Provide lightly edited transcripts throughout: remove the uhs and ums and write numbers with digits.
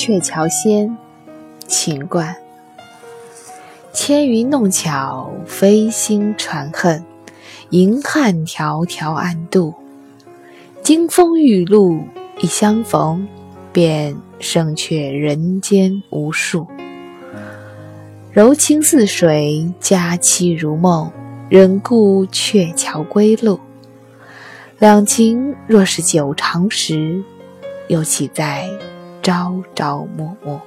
鹊桥仙》秦观。千云弄巧，飞星传恨，银汉迢迢暗度。金风玉露一相逢，便胜却人间无数。柔情似水，佳期如梦，忍顾鹊桥归路。两情若是久长时，又岂在朝朝暮暮。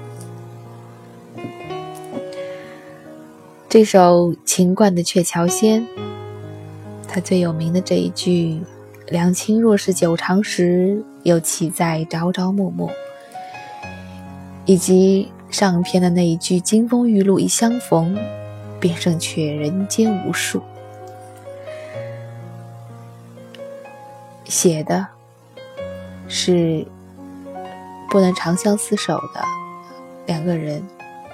这首秦观的《鹊桥仙》，它最有名的这一句“两情若是久长时，又岂在朝朝暮暮”，以及上篇的那一句“金风玉露一相逢，便胜却人间无数”，写的是不能长相厮守的两个人，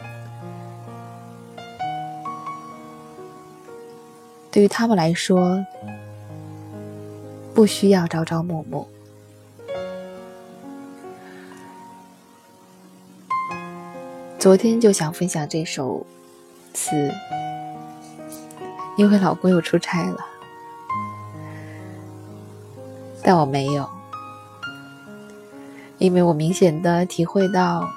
对于他们来说，不需要朝朝暮暮。昨天就想分享这首词，因为老公又出差了，但我没有，因为我明显的体会到，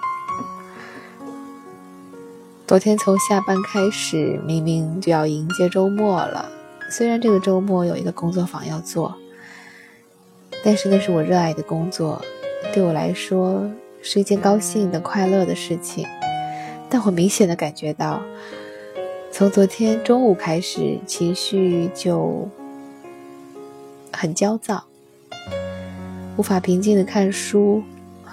昨天从下班开始，明明就要迎接周末了，虽然这个周末有一个工作坊要做，但是那是我热爱的工作，对我来说是一件高兴的快乐的事情。但我明显的感觉到，从昨天中午开始，情绪就很焦躁，无法平静的看书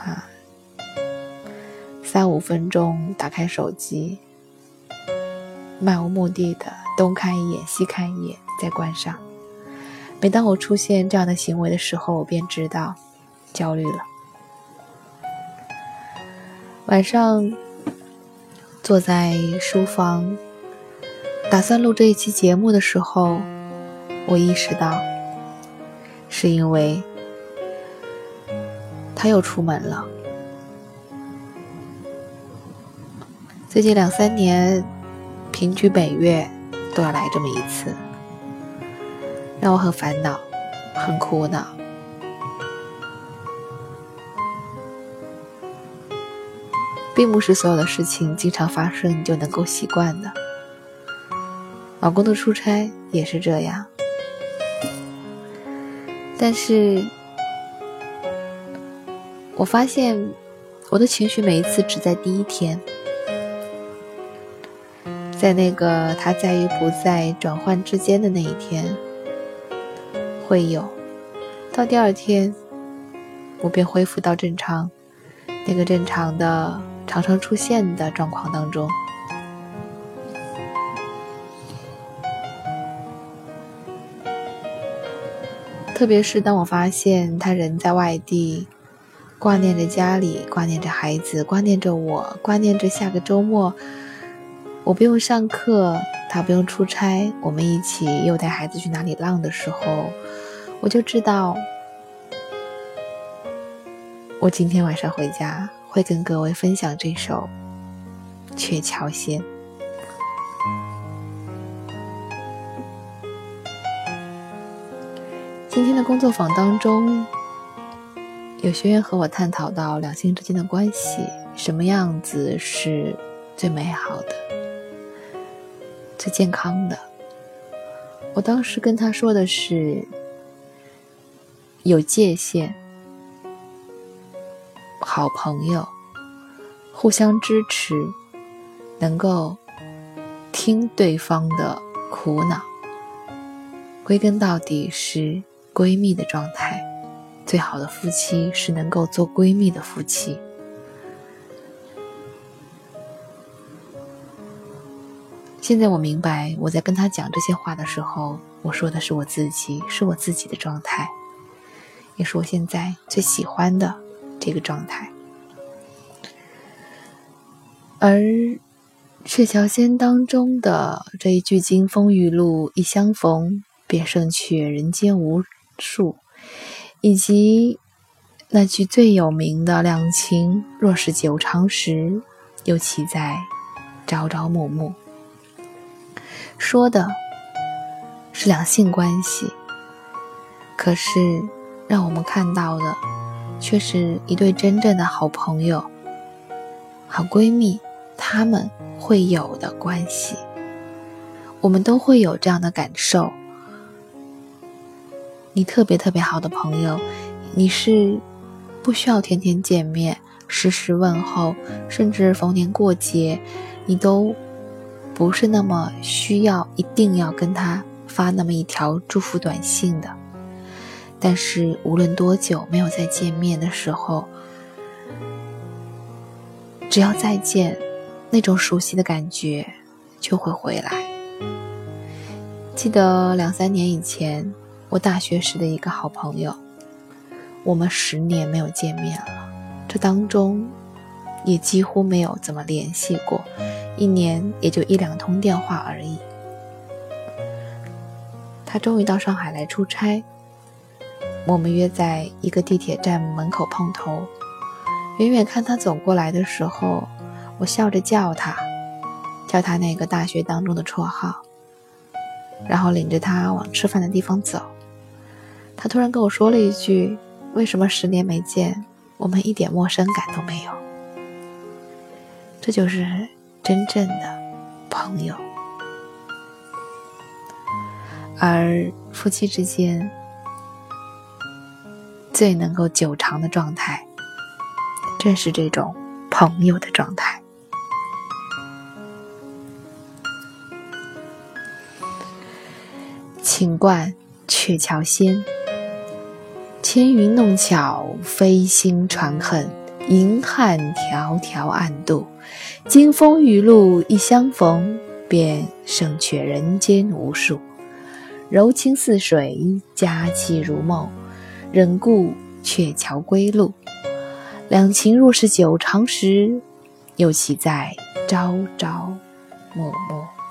3-5分钟打开手机，漫无目的的东看一眼西看一眼再关上。每当我出现这样的行为的时候，我便知道焦虑了。晚上坐在书房打算录这一期节目的时候，我意识到是因为他又出门了。最近2-3年平均每月都要来这么一次，让我很烦恼，很苦恼。并不是所有的事情经常发生你就能够习惯的，老公的出差也是这样。但是我发现我的情绪每一次只在第一天，在那个他在与不在转换之间的那一天会有，到第二天我便恢复到正常，那个正常的常常出现的状况当中。特别是当我发现他人在外地，挂念着家里，挂念着孩子，挂念着我，挂念着下个周末我不用上课，他不用出差，我们一起又带孩子去哪里浪的时候，我就知道我今天晚上回家会跟各位分享这首《鹊桥仙》。今天的工作坊当中，有学员和我探讨到两性之间的关系，什么样子是最美好的，最健康的。我当时跟他说的是有界限，好朋友，互相支持，能够听对方的苦恼，归根到底是闺蜜的状态。最好的夫妻是能够做闺蜜的夫妻。现在我明白，我在跟他讲这些话的时候，我说的是我自己，是我自己的状态，也是我现在最喜欢的这个状态。而鹊桥仙当中的这一句金风玉露一相逢，便胜却人间无数，以及那句最有名的两情若是久长时，又岂在朝朝暮暮，说的是两性关系，可是让我们看到的却是一对真正的好朋友、好闺蜜她们会有的关系。我们都会有这样的感受，你特别特别好的朋友，你是不需要天天见面，时时问候，甚至逢年过节你都不是那么需要一定要跟他发那么一条祝福短信的。但是无论多久没有再见面的时候，只要再见，那种熟悉的感觉就会回来。记得2-3年以前，我大学时的一个好朋友，我们10年没有见面了，这当中也几乎没有怎么联系过，1年也就1-2通电话而已。他终于到上海来出差，我们约在一个地铁站门口碰头。远远看他走过来的时候，我笑着叫他那个大学当中的绰号，然后领着他往吃饭的地方走。他突然跟我说了一句，为什么10年没见，我们一点陌生感都没有。这就是真正的朋友。而夫妻之间最能够久长的状态，正是这种朋友的状态。秦观鹊桥仙，千云弄巧，飞星传恨，银汉迢迢暗度。金风玉露一相逢，便胜却人间无数。柔情似水，佳期如梦，忍顾鹊桥归路。两情若是久长时，又岂在朝朝暮暮。